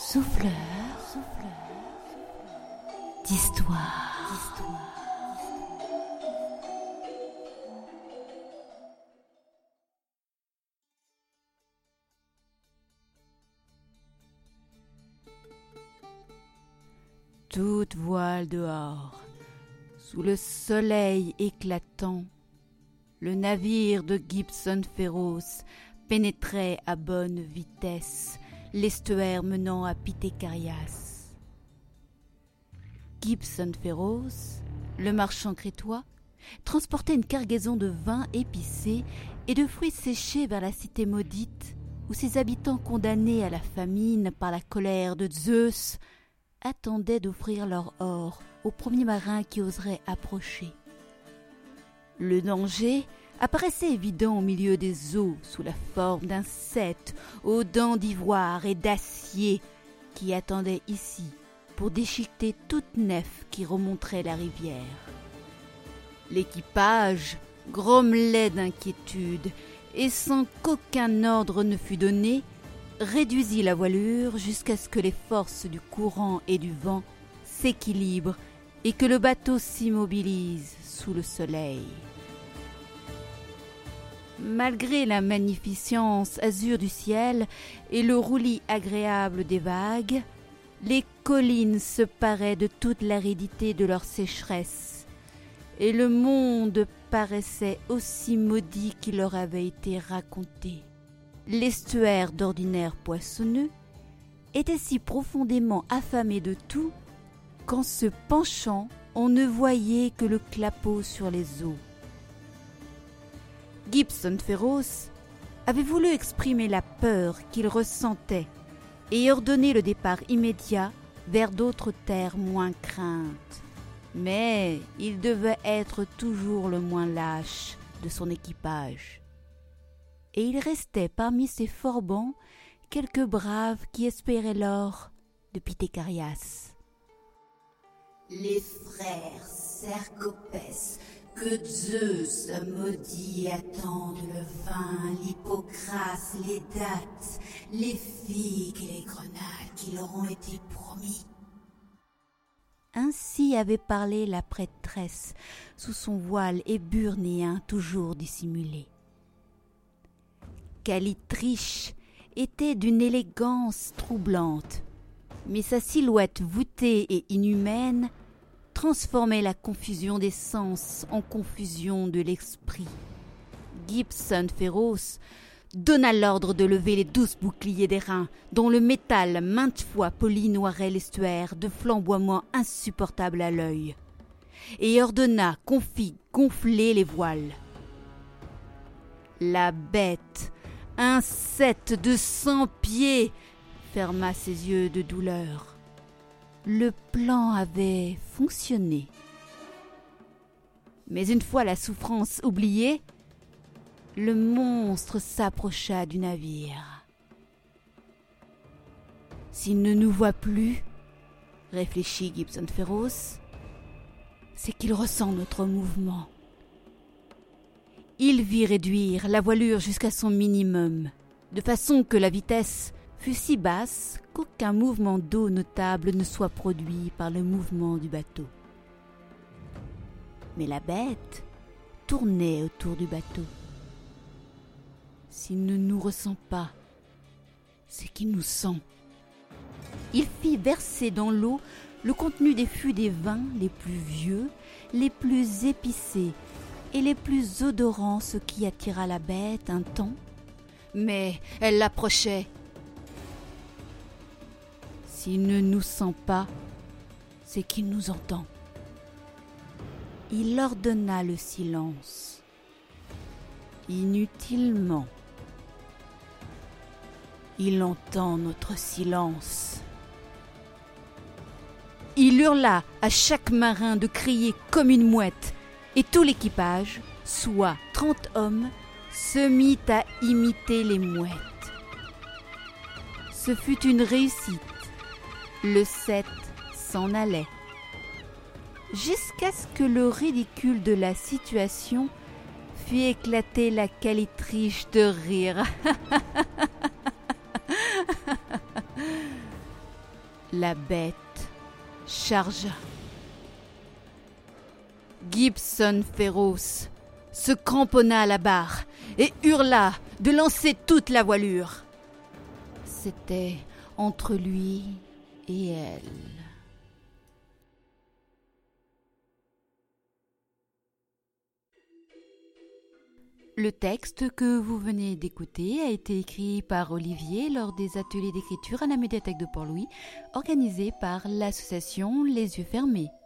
Souffleur d'histoire. Toute voile dehors, sous le soleil éclatant, le navire de Gibson Pharos pénétrait à bonne vitesse l'estuaire menant à Pithécarias. Gibson Pharos, le marchand crétois, transportait une cargaison de vin épicé et de fruits séchés vers la cité maudite, où ses habitants condamnés à la famine par la colère de Zeus attendaient d'offrir leur or aux premiers marins qui oseraient approcher. Le danger apparaissait évident au milieu des eaux sous la forme d'insectes aux dents d'ivoire et d'acier qui attendaient ici pour déchiqueter toute nef qui remonterait la rivière. L'équipage grommelait d'inquiétude et sans qu'aucun ordre ne fût donné, réduisit la voilure jusqu'à ce que les forces du courant et du vent s'équilibrent et que le bateau s'immobilise sous le soleil. Malgré la magnificence azur du ciel et le roulis agréable des vagues, les collines se paraient de toute l'aridité de leur sécheresse, et le monde paraissait aussi maudit qu'il leur avait été raconté. L'estuaire d'ordinaire poissonneux était si profondément affamé de tout qu'en se penchant, on ne voyait que le clapot sur les eaux. Gibson Pharos avait voulu exprimer la peur qu'il ressentait et ordonner le départ immédiat vers d'autres terres moins craintes. Mais il devait être toujours le moins lâche de son équipage. Et il restait parmi ces forbans quelques braves qui espéraient l'or de Pithécarias. Les frères Cercopès, que Zeus maudit, attendent le vin, l'hypocras, les dattes, les figues et les grenades qui leur ont été promis. Ainsi avait parlé la prêtresse sous son voile éburnéen toujours dissimulé. Calitriche était d'une élégance troublante, mais sa silhouette voûtée et inhumaine transformait la confusion des sens en confusion de l'esprit. Gibson Pharos donna l'ordre de lever les 12 boucliers d'airain, dont le métal maintes fois poli noirait l'estuaire de flamboiements insupportables à l'œil, et ordonna qu'on fît gonfler les voiles. La bête, un celte de 100 pieds, ferma ses yeux de douleur. Le plan avait fonctionné. Mais une fois la souffrance oubliée, le monstre s'approcha du navire. S'il ne nous voit plus, réfléchit Gibson Pharos, c'est qu'il ressent notre mouvement. Il vit réduire la voilure jusqu'à son minimum, de façon que la vitesse fut si basse qu'aucun mouvement d'eau notable ne soit produit par le mouvement du bateau. Mais la bête tournait autour du bateau. S'il ne nous ressent pas, c'est qu'il nous sent. Il fit verser dans l'eau le contenu des fûts des vins les plus vieux, les plus épicés et les plus odorants, ce qui attira la bête un temps. Mais elle l'approchait. S'il ne nous sent pas, c'est qu'il nous entend. Il ordonna le silence. Inutilement. Il entend notre silence. Il hurla à chaque marin de crier comme une mouette, et tout l'équipage, soit 30 hommes, se mit à imiter les mouettes. Ce fut une réussite. Le 7 s'en allait. Jusqu'à ce que le ridicule de la situation fit éclater la calitriche de rire. La bête chargea. Gibson féroce se cramponna à la barre et hurla de lancer toute la voilure. C'était entre lui et elle. Le texte que vous venez d'écouter a été écrit par Olivier lors des ateliers d'écriture à la médiathèque de Port-Louis, organisés par l'association Les Yeux Fermés.